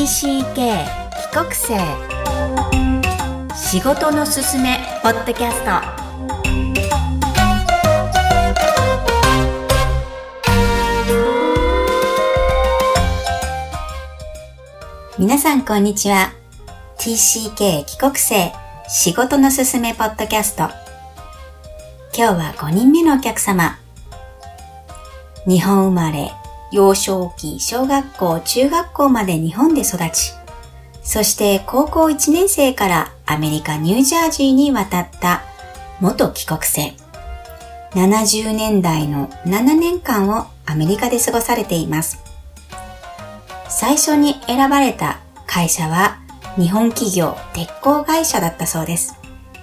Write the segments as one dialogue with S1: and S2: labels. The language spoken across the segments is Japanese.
S1: TCK 帰国生仕事のすすめポッドキャスト。皆さんこんにちは。 TCK 帰国生仕事のすすめポッドキャスト。今日は5人目のお客様。日本生まれ、幼少期、小学校、中学校まで日本で育ち、そして高校1年生からアメリカ・ニュージャージーに渡った元帰国生。70年代の7年間をアメリカで過ごされています。最初に選ばれた会社は日本企業鉄鋼会社だったそうです。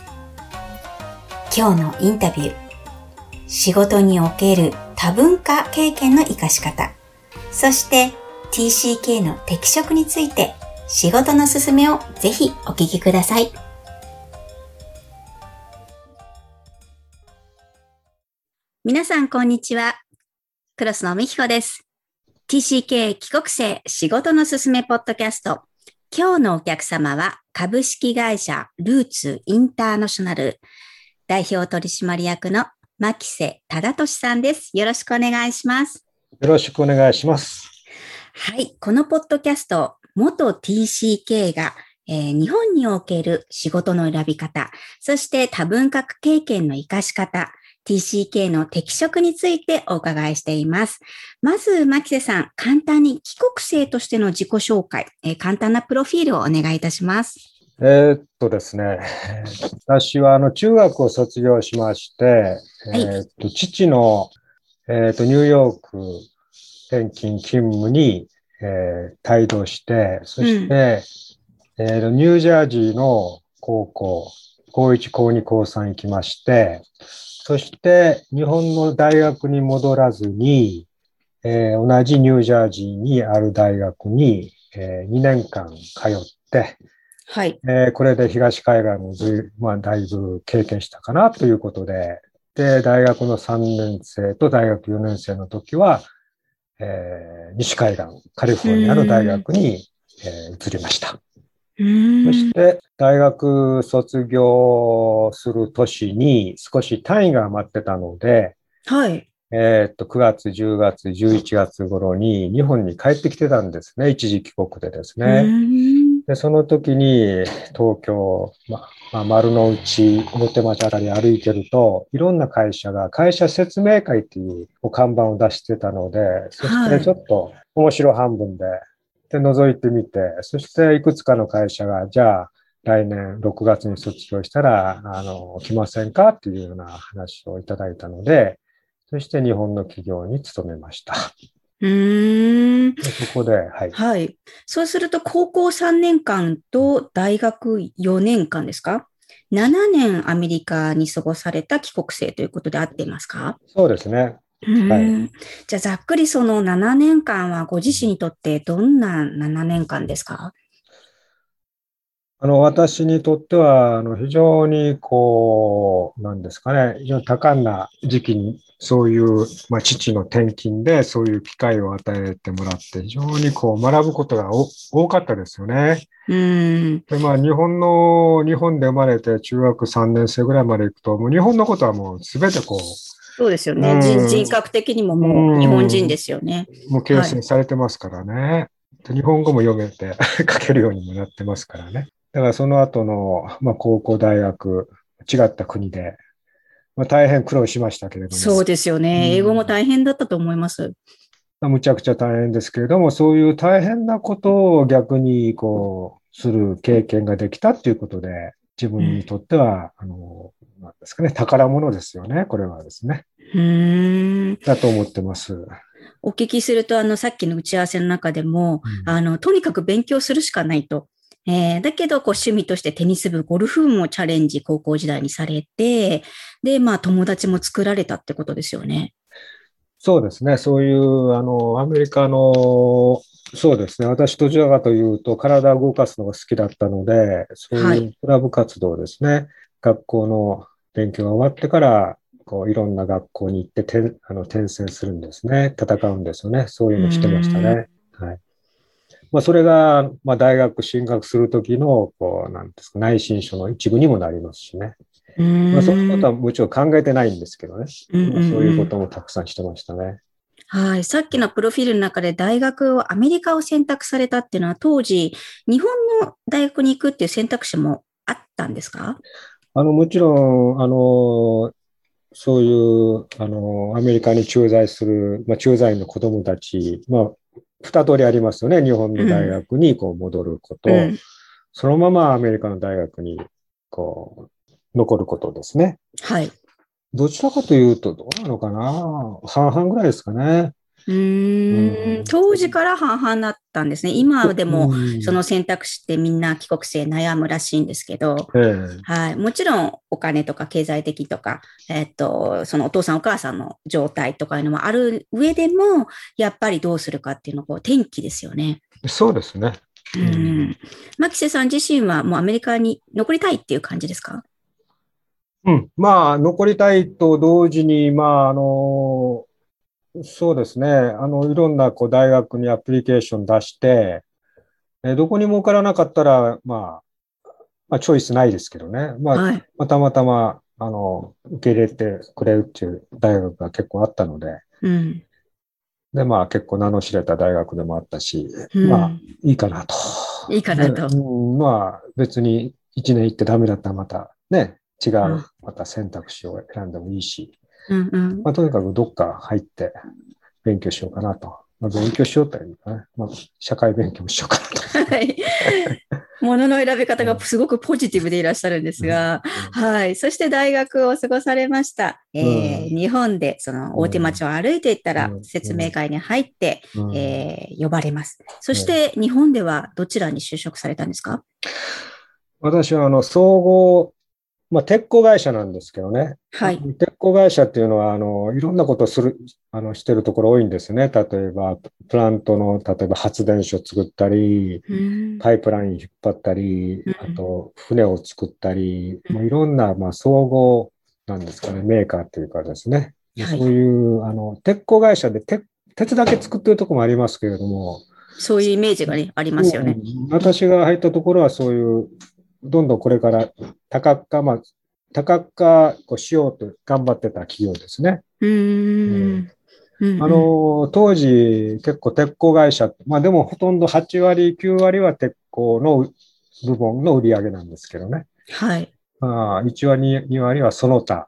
S1: 今日のインタビュー、仕事における多文化経験の生かし方、そして TCK の適職について仕事のすすめをぜひお聞きください。皆さんこんにちは。黒須野美彦です。TCK 帰国生仕事のすすめポッドキャスト。今日のお客様は株式会社ルーツインターナショナル代表取締役の牧瀬忠俊さんです。よろしくお願いします。
S2: よろしくお願いします。
S1: はい、このポッドキャスト、元 TCK が、日本における仕事の選び方、そして多文化経験の生かし方、TCK の適職についてお伺いしています。まず、牧瀬さん、簡単に帰国生としての自己紹介、簡単なプロフィールをお願いいたします。
S2: ですね、私は中学を卒業しまして、父の、ニューヨーク転勤勤務に、帯同して、そして、ニュージャージーの高校、高1、高2、高3行きまして、そして日本の大学に戻らずに、同じニュージャージーにある大学に、2年間通って、
S1: はい。
S2: これで東海岸をだいぶ経験したかなということで、大学の3年生と大学4年生の時は、西海岸、カリフォルニアの大学に、移りました。そして大学卒業する年に少し単位が余ってたので、
S1: はい。
S2: 9月、10月、11月頃に日本に帰ってきてたんですね。一時帰国でですね。で、その時に東京、丸の内、表町あたり歩いてると、いろんな会社が会社説明会っていう看板を出してたので、そしてちょっと面白半分で、覗いてみて、そしていくつかの会社が、じゃあ来年6月に卒業したら、来ませんかっていうような話をいただいたので、そして日本の企業に勤めました。そこで、はい。
S1: はい。そうすると、高校3年間と大学4年間ですか？ 7 年アメリカに過ごされた帰国生ということで合っていますか？
S2: そうですね。はい。
S1: じゃあ、ざっくりその7年間はご自身にとってどんな7年間ですか？
S2: 私にとっては、非常になんですかね、非常に多感な時期に、そういう、父の転勤でそういう機会を与えてもらって、非常に学ぶことが多かったですよね。で、日本で生まれて中学3年生ぐらいまで行くと、もう日本のことはもうすべて
S1: そうですよね。人格的にももう日本人ですよね。
S2: もう形成されてますからね。日本語も読めて書けるようにもなってますからね。だからその後の、高校、大学、違った国で、大変苦労しましたけれども。
S1: そうですよね。英語も大変だったと思います。
S2: むちゃくちゃ大変ですけれども、そういう大変なことを逆にする経験ができたっていうことで、自分にとっては、なんですかね、宝物ですよね、これはですね。だと思ってます。
S1: お聞きすると、さっきの打ち合わせの中でも、とにかく勉強するしかないと。だけど、趣味としてテニス部、ゴルフ部もチャレンジ、高校時代にされて、で、友達も作られたってことですよね。
S2: そうですね。そういう、アメリカの、そうですね。私、どちらかというと、体を動かすのが好きだったので、そういうクラブ活動ですね。学校の勉強が終わってから、いろんな学校に行って転戦するんですね。戦うんですよね。そういうのしてましたね。はい。 それが、大学進学するときの、なんですか、内申書の一部にもなりますしね。そういうことはもちろん考えてないんですけどね。そういうこともたくさんしてましたね。
S1: はい。さっきのプロフィールの中でアメリカを選択されたっていうのは、当時、日本の大学に行くっていう選択肢もあったんですか？
S2: もちろん、そういう、アメリカに駐在する、駐在員の子供たち、二通りありますよね。日本の大学に戻ること、そのままアメリカの大学に残ることですね。
S1: はい。
S2: どちらかというと、どうなのかな、半々ぐらいですかね。
S1: 当時から半々だったんですね。今でもその選択肢ってみんな帰国生悩むらしいんですけど、はい。もちろんお金とか経済的とか、そのお父さんお母さんの状態とかいうのもある上でも、やっぱりどうするかっていうのは転機ですよね。
S2: そうですね。
S1: 牧瀬さん自身はもうアメリカに残りたいっていう感じですか？
S2: 残りたいと同時に、そうですね。いろんな大学にアプリケーション出して、どこにも受からなかったら、チョイスないですけどね。たまたま、受け入れてくれるっていう大学が結構あったので、で、結構名の知れた大学でもあったし、いいかなと。
S1: いいかなと。
S2: 別に1年行ってダメだったらまたね、違う、また選択肢を選んでもいいし、とにかくどっか入って勉強しようかなと。勉強しようというかね、社会勉強もしようかなと。
S1: はい。ものの選び方がすごくポジティブでいらっしゃるんですが、はい。そして大学を過ごされました。日本でその大手町を歩いていったら説明会に入って、呼ばれます。そして日本ではどちらに就職されたんですか？
S2: 私は総合、鉄鋼会社なんですけどね。
S1: はい。
S2: 鉄鋼会社っていうのは、いろんなことをしてるところ多いんですね。例えば、プラントの、例えば発電所を作ったり、パイプライン引っ張ったり、あと、船を作ったり、いろんな、総合なんですかね、メーカーっていうかですね。そういう、鉄鋼会社で鉄だけ作ってるところもありますけれども。
S1: そういうイメージがね、ありますよね。
S2: 私が入ったところはそういう、どんどんこれから多角化をしようと頑張ってた企業ですね。当時結構鉄鋼会社、でもほとんど8割、9割は鉄鋼の部門の売り上げなんですけどね。
S1: はい。
S2: 1割、2割はその他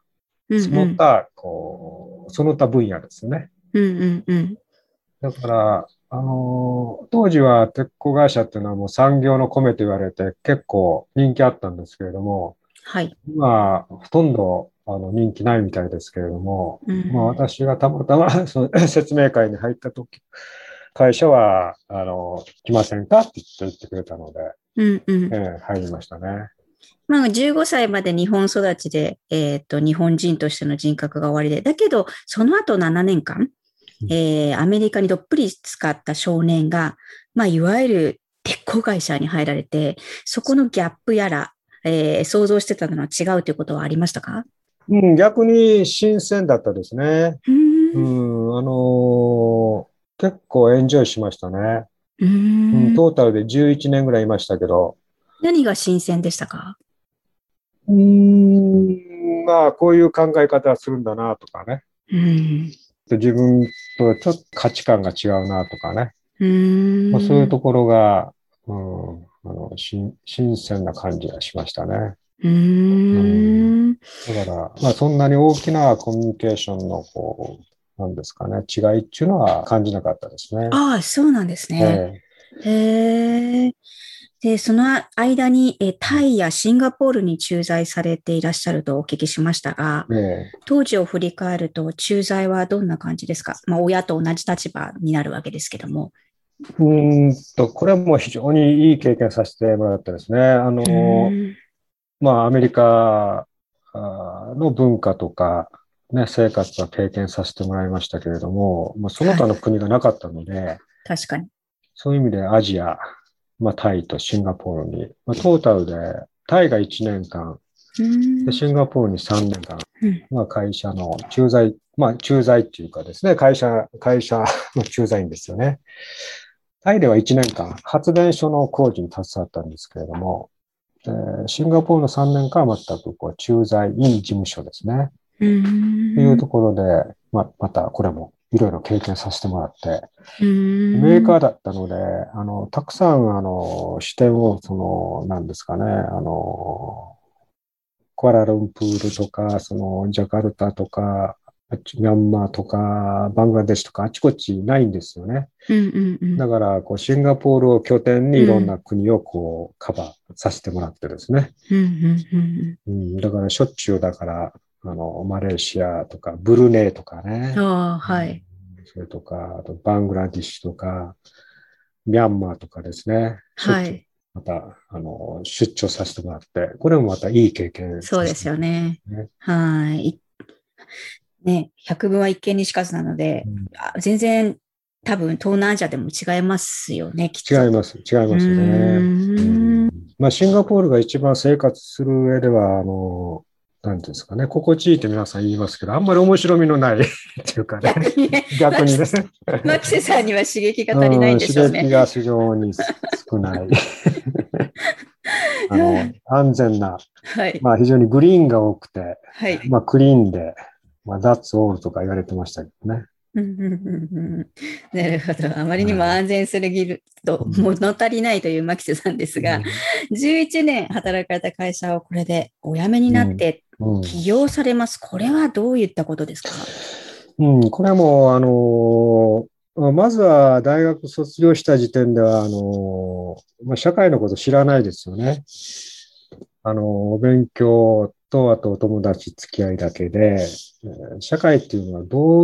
S2: 分野ですね。だから、当時は鉄鋼会社っていうのはもう産業の米と言われて結構人気あったんですけれども、
S1: はい。
S2: 今、ほとんど人気ないみたいですけれども、私がたまたまその説明会に入った時、会社は、来ませんかって言ってくれたので、入りましたね。
S1: 15歳まで日本育ちで、日本人としての人格が終わりで、だけど、その後7年間、アメリカにどっぷり使った少年が、いわゆる鉄鋼会社に入られて、そこのギャップやら、想像してたのは違うということはありましたか？
S2: 逆に新鮮だったですね。結構エンジョイしましたね。トータルで11年ぐらいいましたけど。
S1: 何が新鮮でしたか？
S2: こういう考え方するんだなとかね。自分とちょっと価値観が違うなとかね。そういうところが、新鮮な感じがしましたね。だから、そんなに大きなコミュニケーションの、なんですかね、違いっていうのは感じなかったですね。
S1: ああ、そうなんですね。で、その間に、タイやシンガポールに駐在されていらっしゃるとお聞きしましたが、当時を振り返ると駐在はどんな感じですか？親と同じ立場になるわけですけども。
S2: これも非常にいい経験させてもらったですね。アメリカの文化とか、ね、生活は経験させてもらいましたけれども、その他の国がなかったので、
S1: 確かに。
S2: そういう意味でアジア、タイとシンガポールに、トータルで、タイが1年間、でシンガポールに3年間、会社の駐在、駐在っていうかですね、会社の駐在員ですよね。 タイでは1年間発電所の工事に携わったんですけれども、シンガポールの3年間は全くこう駐在員事務所ですね。というところで、またこれもいろいろ経験させてもらって、メーカーだったので、たくさん、支店を、なんですかね、クアラルンプールとか、ジャカルタとか、ミャンマーとか、バングラデシュとか、あちこちないんですよね。だから、シンガポールを拠点にいろんな国をカバーさせてもらってですね。だから、しょっちゅうだから、マレーシアとか、ブルネイとかね。
S1: はい。
S2: それとか、あとバングラディッシュとか、ミャンマーとかですね。
S1: はい。
S2: また、出張させてもらって、これもまたいい経験、
S1: そうですよね。はい。ね、百聞は一見にしかずなので、全然多分東南アジアでも違いますよね、きっと。
S2: 違いますね。まあ、シンガポールが一番生活する上では、なんていうんですかね、心地いいって皆さん言いますけど、あんまり面白みのないっていうかね。逆にね。
S1: マキセさんには刺激が足りないんでしょうね。
S2: 刺激が非常に少ない。安全な、まあ非常にグリーンが多くて、まあクリーンで、まあthat's allとか言われてましたけどね。
S1: なるほど。あまりにも安全すぎると物足りないというマキセさんですが、11年働かれた会社をこれでお辞めになって起業されます。これはどういったことですか？
S2: これはもう、まずは大学卒業した時点では、まあ、社会のこと知らないですよね。お勉強と、あとお友達付き合いだけで、社会っていうのはど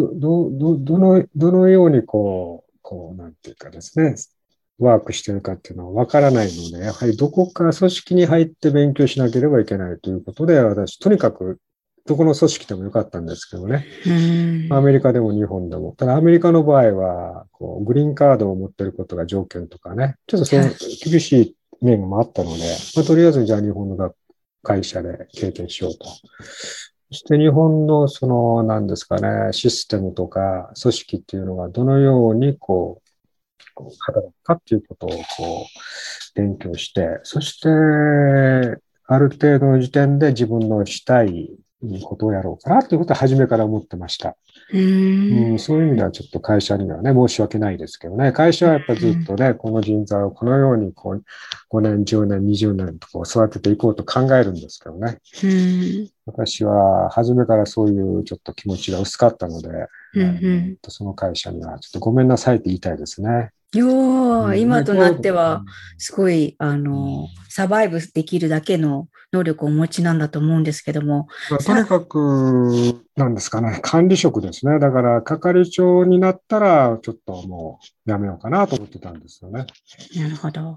S2: のようになんていうかですね、ワークしてるかっていうのはわからないので、やはりどこか組織に入って勉強しなければいけないということで、私、とにかくどこの組織でもよかったんですけどね。アメリカでも日本でも。ただアメリカの場合は、グリーンカードを持っていることが条件とかね、ちょっとそう厳しい面もあったので、まあ、とりあえずじゃあ日本の会社で経験しようと。そして日本の何ですかね、システムとか組織っていうのがどのように働くかっていうことを勉強して、そしてある程度の時点で自分のしたいことをやろうかなということは初めから思ってました。そういう意味ではちょっと会社にはね、申し訳ないですけどね、会社はやっぱりずっとね、この人材をこのように5年、10年、20年と育てていこうと考えるんですけどね。私は初めからそういうちょっと気持ちが薄かったので、その会社にはちょっとごめんなさいって言いたいですね。
S1: 今となっては、すごい、サバイブできるだけの能力をお持ちなんだと思うんですけども。
S2: とにかく、なんですかね、管理職ですね。だから、係長になったら、ちょっともうやめようかなと思ってたんですよね。
S1: なるほど。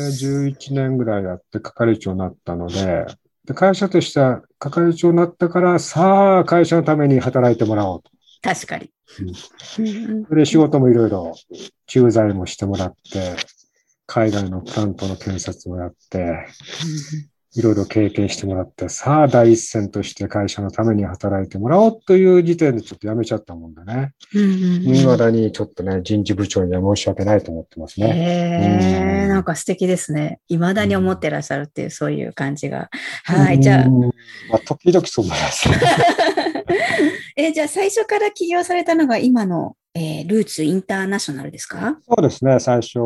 S2: 11年ぐらいやって係長になったので、会社としては、係長になったから、さあ、会社のために働いてもらおうと。
S1: 確かに。
S2: で、仕事もいろいろ駐在もしてもらって、海外のプラントの建設をやって、いろいろ経験してもらって、さあ第一線として会社のために働いてもらおうという時点でちょっとやめちゃったもんでね。未だにちょっとね、人事部長には申し訳ないと思ってますね。
S1: なんか素敵ですね。未だに思ってらっしゃるっていう、そういう感じが。はい、じゃあ。
S2: まあ、時々そう思います。
S1: じゃあ最初から起業されたのが今の、ルーツインターナショナルですか？
S2: そうですね、最初、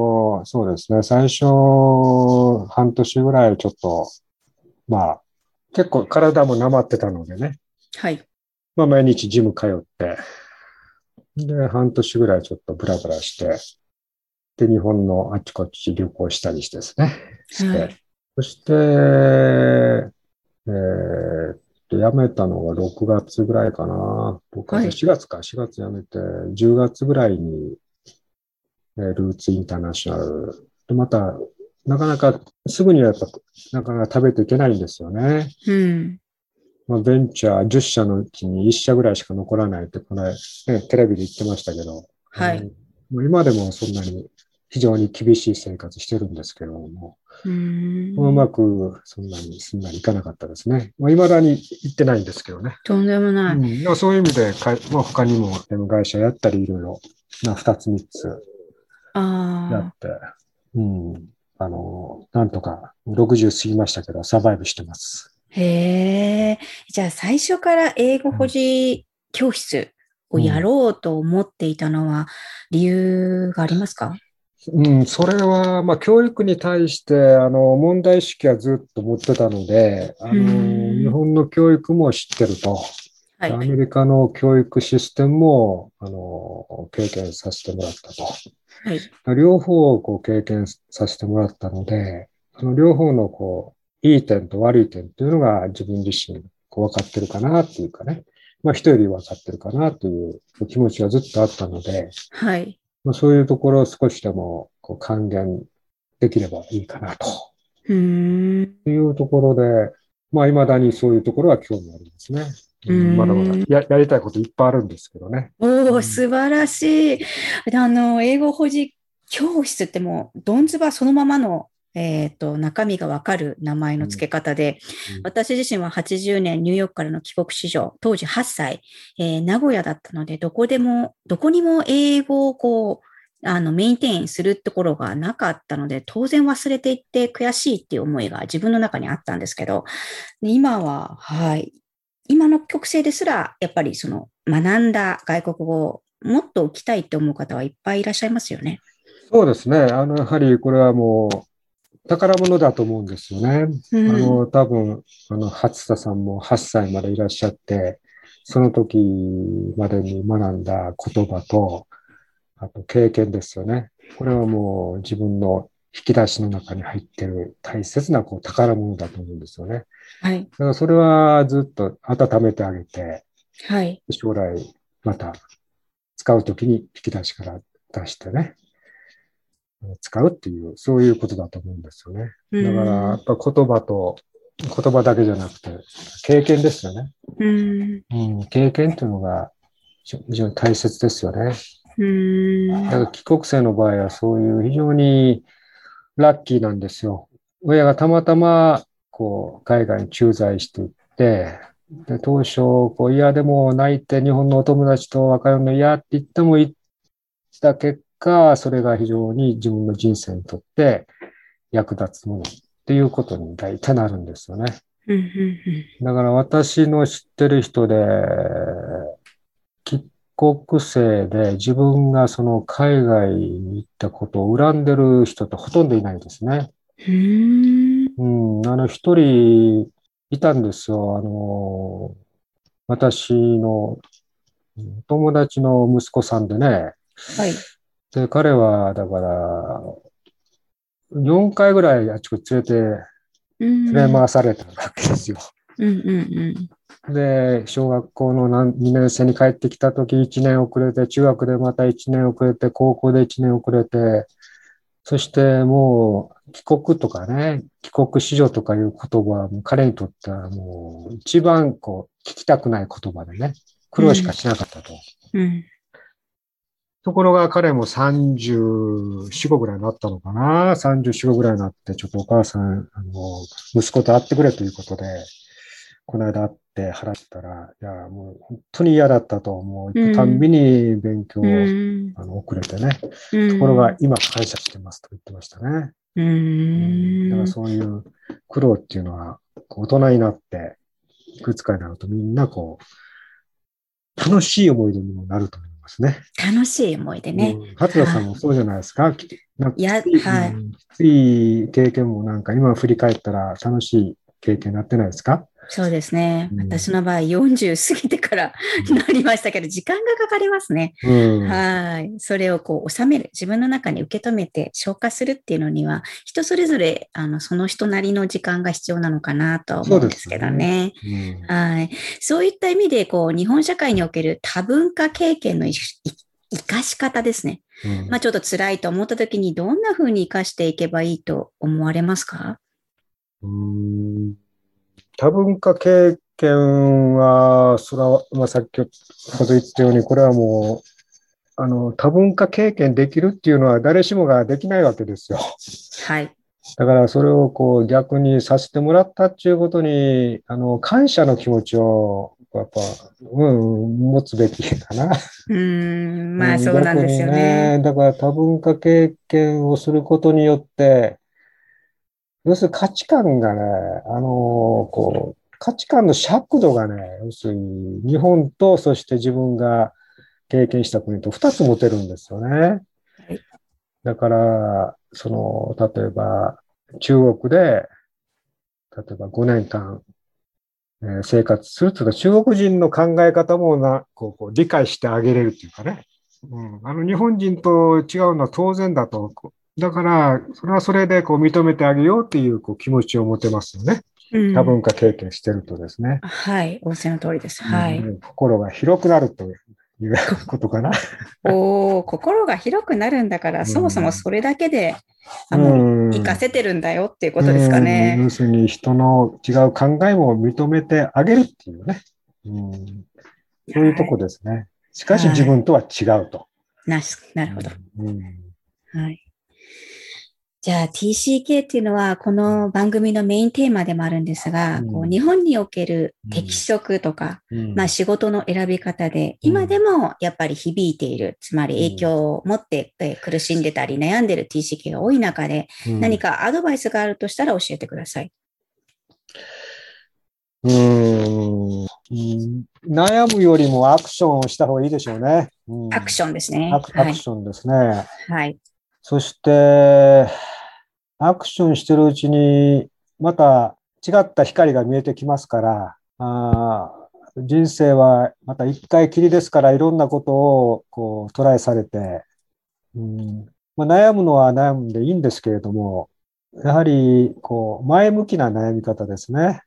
S2: 半年ぐらいちょっと、まあ、結構体もなまってたのでね。
S1: はい。
S2: まあ、毎日ジム通って、で、半年ぐらいちょっとブラブラして、で、日本のあちこち旅行したりしてですね。はい、そして、辞めたのが6月ぐらいかな。4月か、4月辞めて、10月ぐらいに、ルーツインターナショナル。で、また、なかなかすぐにはやっぱ、なかなか食べていけないんですよね。まあ、ベンチャー10社のうちに1社ぐらいしか残らないって、この、ね、テレビで言ってましたけど、今でもそんなに非常に厳しい生活してるんですけれども、うまくそんなにすんなりいかなかったですね。まあ、未だに行ってないんですけどね。
S1: とんでもない。
S2: そういう意味で、まあ、他にも M 会社やったりいろいろ、2つ3つ
S1: ああ。
S2: やって、うん、なんとか60過ぎましたけど、サバイブしてます。
S1: へえ。じゃあ最初から英語保持教室をや
S2: うん、
S1: ろうと思っていたのは理由がありますか？
S2: うん、それは、まあ、教育に対して、問題意識はずっと持ってたので、
S1: うー
S2: 日
S1: ん。
S2: 本の教育も知ってると。
S1: はい。
S2: アメリカの教育システムも、経験させてもらった
S1: はい。
S2: と。両方をこう経験させてもらったので、その両方のこう、いい点と悪い点というのが自分自身こう分かってるかなっていうかね。まあ人より分かってるかなという気持ちがずっとあったので、
S1: はい。
S2: まあ、そういうところを少しでもこう還元できればいいかなと
S1: うーん。
S2: いうところで、まあ未だにそういうところは興味ありますね。
S1: う
S2: うん、まだまだ
S1: ーん。
S2: やりたいこといっぱいあるんですけどね。う
S1: おー、
S2: ん、
S1: 素晴らしい。英語保持教室ってもう、どんずばそのままの、中身がわかる名前の付け方で、
S2: うん、
S1: 私自身は80年ニューヨークからの帰国子女、当時8歳、名古屋だったので、どこにも英語をこう、メインテインするところがなかったので、当然忘れていって悔しいっていう思いが自分の中にあったんですけど、今は、はい。今の局生ですら、やっぱりその学んだ外国語をもっと置きたいって思う方はいっぱいいらっしゃいますよね。
S2: そうですね。やはりこれはもう宝物だと思うんですよね。
S1: うん。
S2: 多分、初田さんも8歳までいらっしゃって、その時までに学んだ言葉と、あと経験ですよね。これはもう自分の引き出しの中に入っている大切なこう宝物だと思うんですよね。
S1: はい。
S2: だからそれはずっと温めてあげて、
S1: はい。
S2: 将来また使うときに引き出しから出してね、使うっていう、そういうことだと思うんですよね。
S1: う
S2: だから、や
S1: ん。
S2: っぱ言葉だけじゃなくて、経験ですよね。
S1: うん。
S2: うん、経験っていうのが非常に大切ですよね。
S1: うん。
S2: だから帰国生の場合はそういう非常にラッキーなんですよ。親がたまたまこう海外に駐在していって、で当初こう嫌でも泣いて日本のお友達と別れるの嫌って言っても言った結果、それが非常に自分の人生にとって役立つものっていうことに大体なるんですよね。
S1: うん。
S2: だから私の知ってる人で、帰国生で自分がその海外に行ったことを恨んでる人ってほとんどいないですね。
S1: うん。
S2: うん、一人いたんですよ。私の友達の息子さんでね。
S1: はい。
S2: で、彼は、だから、4回ぐらいあっちこっち
S1: うん。
S2: 連れ回されたわけですよ。
S1: うん。うん。
S2: で、小学校の2年生に帰ってきた時1年遅れて、中学でまた1年遅れて、高校で1年遅れて、そしてもう帰国とかね、帰国子女とかいう言葉は彼にとってはもう一番こう聞きたくない言葉でね、苦労しか
S1: うん。
S2: しなかったと。
S1: うん。
S2: ところが彼も34、5ぐらいになったのかな？ 34、5ぐらいになって、ちょっとお母さん、息子と会ってくれということで、この間会って話したら、いや、もう本当に嫌だったと、もう行くたんびに勉強
S1: う
S2: を
S1: ん。
S2: 遅れてね。
S1: う
S2: ところが
S1: ん。
S2: 今感謝してますと言ってましたね。
S1: う
S2: うん、だから
S1: ん。
S2: そういう苦労っていうのは、大人になって、いくつかになるとみんなこう、楽しい思い出にもなると思いますね。
S1: 楽しい思い出ね。
S2: うん、初田さん
S1: は
S2: もそうじゃないですか。なんか
S1: い。はい。
S2: きつい経験もなんか今振り返ったら楽しい経験になってないですか？
S1: そうですね。
S2: うん、
S1: 私の場合40過ぎてからなりましたけど、時間がかかりますね。
S2: うん、
S1: はい。それをこう収める、自分の中に受け止めて消化するっていうのには、人それぞれ、その人なりの時間が必要なのかなとは
S2: そうで
S1: 思うんですけど
S2: すよね。
S1: ね。
S2: うん、
S1: はい。そういった意味で、こう、日本社会における多文化経験の生かし方ですね。
S2: うん、
S1: まあちょっと辛いと思った時にどんな風に生かしていけばいいと思われますか？
S2: うん、多文化経験は、それは、まあ、さっきほど言ったように、これはもう、多文化経験できるっていうのは誰しもができないわけですよ。
S1: はい。
S2: だからそれをこう逆にさせてもらったっていうことに、感謝の気持ちをやっぱ、持つべきかな。
S1: まあそうなん
S2: 逆
S1: です
S2: にね、
S1: よね。
S2: だから多文化経験をすることによって、要するに価値観がね、価値観の尺度がね、要するに日本とそして自分が経験した国と二つ持てるんですよね。
S1: はい。
S2: だから、例えば中国で、例えば5年間、生活するというか、中国人の考え方も理解してあげれるというかね。日本人と違うのは当然だと。だから、それはそれで認めてあげようっていう気持ちを持てますよね。
S1: うん。
S2: 多文化経験してるとですね。
S1: はい。仰せの通りです。はい。
S2: 心が広くなるということかな。
S1: 心が広くなるんだから、そもそもそれだけで、
S2: う
S1: もう、活か
S2: ん。
S1: せてるんだよっていうことですかね。
S2: 要するに人の違う考えも認めてあげるっていうね。そういうとこ
S1: はい。
S2: ですね。しかし自
S1: はい。
S2: 分とは違うと。
S1: なるほど。
S2: うん。
S1: はい。じゃあ TCK っていうのはこの番組のメインテーマでもあるんですが、日本における適職とか、仕事の選び方で今でもやっぱり響いている、つまり影響を持って苦しんでたり悩んでる TCK が多い中で、何かアドバイスがあるとしたら教えてください。
S2: 悩むよりもアクションをした方がいいでしょうね。
S1: アクションですね。
S2: アクションですね。
S1: はい。
S2: そして、アクションしてるうちに、また違った光が見えてきますから、人生はまた一回きりですから、いろんなことをトライされて、悩むのは悩むんでいいんですけれども、やはり前向きな悩み方ですね。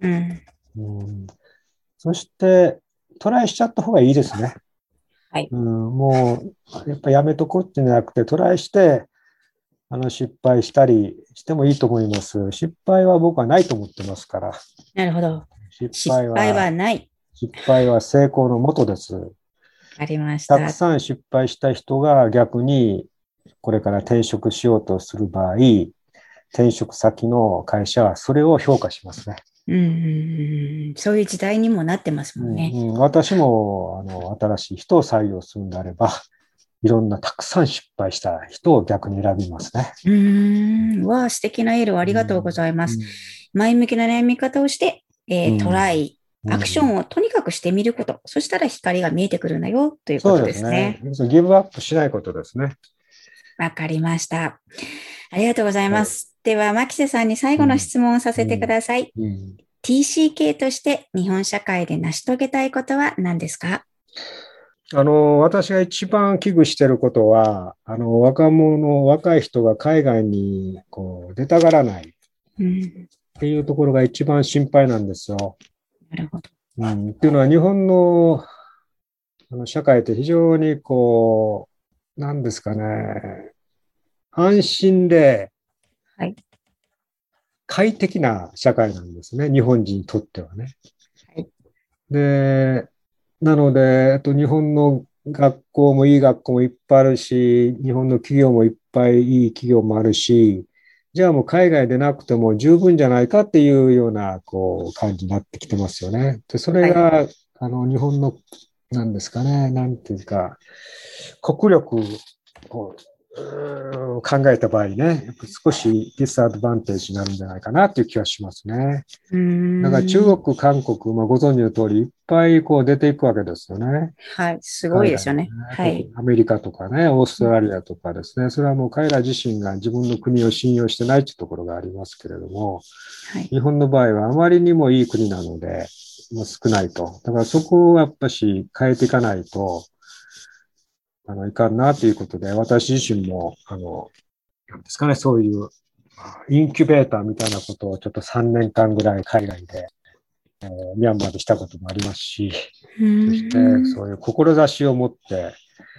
S2: そしてトライしちゃった方がいいですね。
S1: はい。
S2: もうやっぱやめとこうってんじゃなくて、トライして失敗したりしてもいいと思います。失敗は僕はないと思ってますから。
S1: なるほど。
S2: 失
S1: 失敗
S2: 敗は、
S1: はない。
S2: 失敗は成功のもとです。
S1: ありまし
S2: たく
S1: た。
S2: さん失敗した人が逆にこれから転職しようとする場合、転職先の会社はそれを評価しますね。
S1: そういう時代にもなってますもんね。
S2: 私も新しい人を採用するんであれば、いろんなたくさん失敗した人を逆に選びますね。
S1: 素敵なエールをありがとうございます。前向きな悩み方をして、トライ、アクションをとにかくしてみること。そしたら光が見えてくるんだよということですね。
S2: そうですね。ギブアップしないことですね。
S1: わかりました。ありがとうございます。では、牧瀬さんに最後の質問をさせてください。TCK として日本社会で成し遂げたいことは何ですか？
S2: 私が一番危惧していることは、若い人が海外に出たがらないっていうところが一番心配なんですよ。
S1: なるほど。
S2: っていうのは日本の社会って非常になんですかね、安心で快適な社会なんですね、日本人にとってはね。で、なので、日本の学校もいい学校もいっぱいあるし、日本の企業もいっぱいいい企業もあるし、じゃあもう海外でなくても十分じゃないかっていうような感じになってきてますよね。で、それが、日本の、なんですかね、なんていうか、国力を考えた場合ね、少しディスアドバンテージになるんじゃないかなという気はしますね。だから中国、韓国、ご存知の通りいっぱい出ていくわけですよね。
S1: はい、すごいですよね。
S2: 特にアメリカとかね、オーストラリアとかですね、それはもう彼ら自身が自分の国を信用してないというところがありますけれども、日本の場合はあまりにもいい国なので、少ないと。だからそこをやっぱし変えていかないと、いかんなということで、私自身も、なんですかね、そういうインキュベーターみたいなことをちょっと3年間ぐらい海外で、ミャンマーでしたこともありますし、そしてそういう志を持って、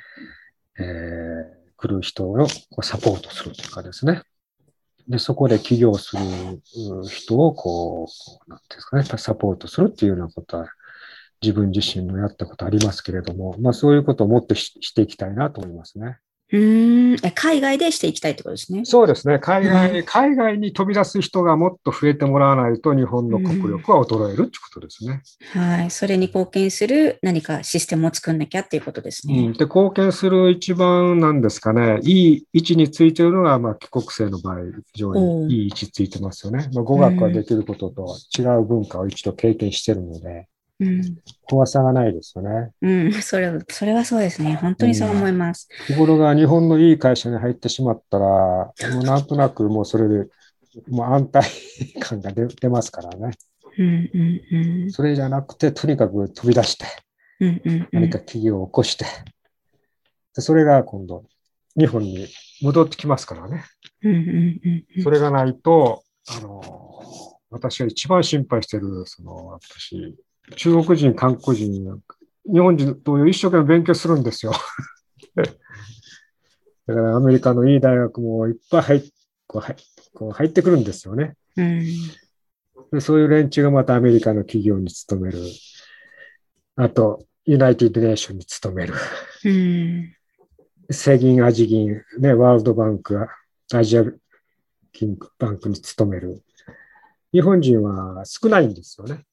S2: 来る人をサポートするというかですね。で、そこで起業する人をなんていうんですかね、サポートするっていうようなことは、自分自身もやったことありますけれども、そういうことをもっとしていきたいなと思いますね。
S1: 海外でしていきたいってことですね。
S2: そうですね。海外に飛び出す人がもっと増えてもらわないと日本の国力は衰えるってことですね。
S1: はい。それに貢献する何かシステムを作んなきゃっていうことですね。
S2: で、貢献する一番なんですかね、いい位置についているのが、帰国生の場合、非常にいい位置ついてますよね。語学ができることと違う文化を一度経験しているので、怖さがないですよね。
S1: それはそうですね。本当にそう思います。
S2: ところが日本のいい会社に入ってしまったら、もうなんとなくもうそれで、もう安泰感が出ますからね。それじゃなくて、とにかく飛び出して、何か企業を起こして、でそれが今度、日本に戻ってきますからね。それがないと、私が一番心配している、私、中国人、韓国人、日本人と一生懸命勉強するんですよ。だからアメリカのいい大学もいっぱい入ってくるんですよね。でそういう連中がまたアメリカの企業に勤める。あと、ユナイテッドネーションに勤める。世銀、アジ銀、ね、ワールドバンク、アジア銀バンクに勤める。日本人は少ないんですよね。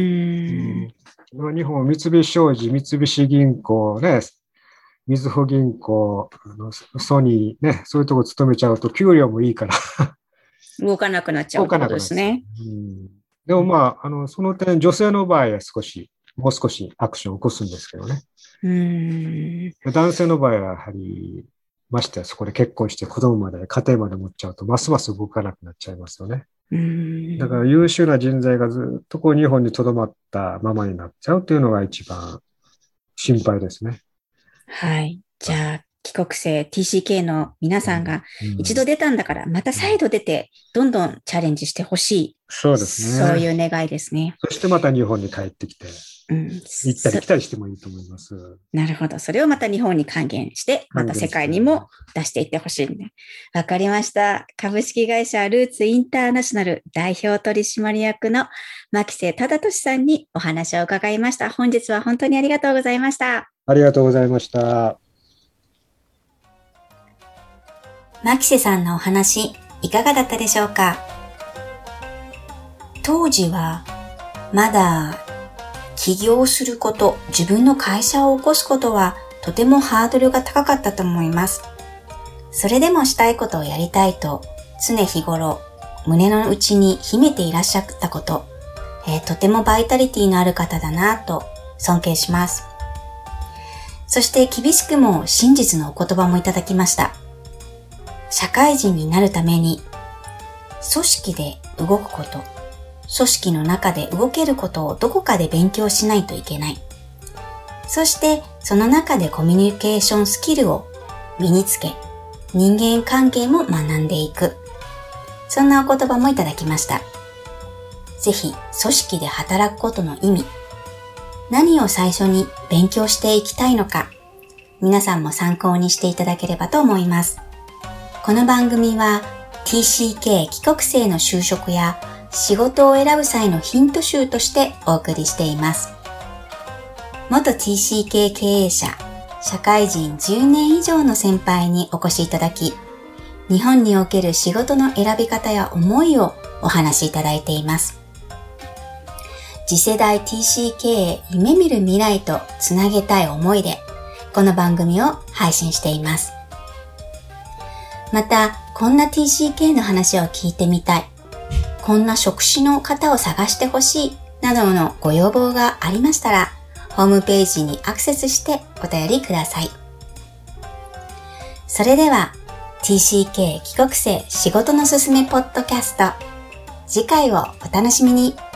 S2: 日本、三菱商事、三菱銀行、ね、みずほ銀行、ソニー、ね、そういうとこ勤めちゃうと給料もいいから。
S1: 動かなくなっちゃうってことですね。
S2: でもその点、女性の場合はもう少しアクションを起こすんですけどね。男性の場合はやはり、ましてやそこで結婚して子供まで、家庭まで持っちゃうと、ますます動かなくなっちゃいますよね。だから優秀な人材がずっと日本に留まったままになっちゃうというのが一番心配ですね。
S1: はい。じゃあ、帰国生 TCK の皆さんが一度出たんだから、また再度出て、どんどんチャレンジしてほしい。
S2: そうですね。
S1: そういう願いですね。
S2: そしてまた日本に帰ってきて、行ったり来たりしてもいいと思います。
S1: なるほど。それをまた日本に還元して、また世界にも出していってほしいんで。わかりました。株式会社ルーツインターナショナル代表取締役の牧瀬忠俊さんにお話を伺いました。本日は本当にありがとうございました。
S2: ありがとうございました。
S1: 牧瀬さんのお話、いかがだったでしょうか？当時は、まだ起業すること、自分の会社を起こすことはとてもハードルが高かったと思います。それでもしたいことをやりたいと常日頃胸の内に秘めていらっしゃったこと、とてもバイタリティのある方だなと尊敬します。そして厳しくも真実のお言葉もいただきました。社会人になるために組織で動くこと、組織の中で動けることをどこかで勉強しないといけない。そしてその中でコミュニケーションスキルを身につけ、人間関係も学んでいく。そんなお言葉もいただきました。ぜひ組織で働くことの意味、何を最初に勉強していきたいのか、皆さんも参考にしていただければと思います。この番組は TCK 帰国生の就職や仕事を選ぶ際のヒント集としてお送りしています。元 TCK 経営者、社会人10年以上の先輩にお越しいただき、日本における仕事の選び方や思いをお話しいただいています。次世代 TCK へ夢見る未来とつなげたい思いで、この番組を配信しています。また、こんな TCK の話を聞いてみたい、こんな職種の方を探してほしい、などのご要望がありましたら、ホームページにアクセスしてお便りください。それでは、TCK 帰国生仕事のすすめポッドキャスト、次回をお楽しみに。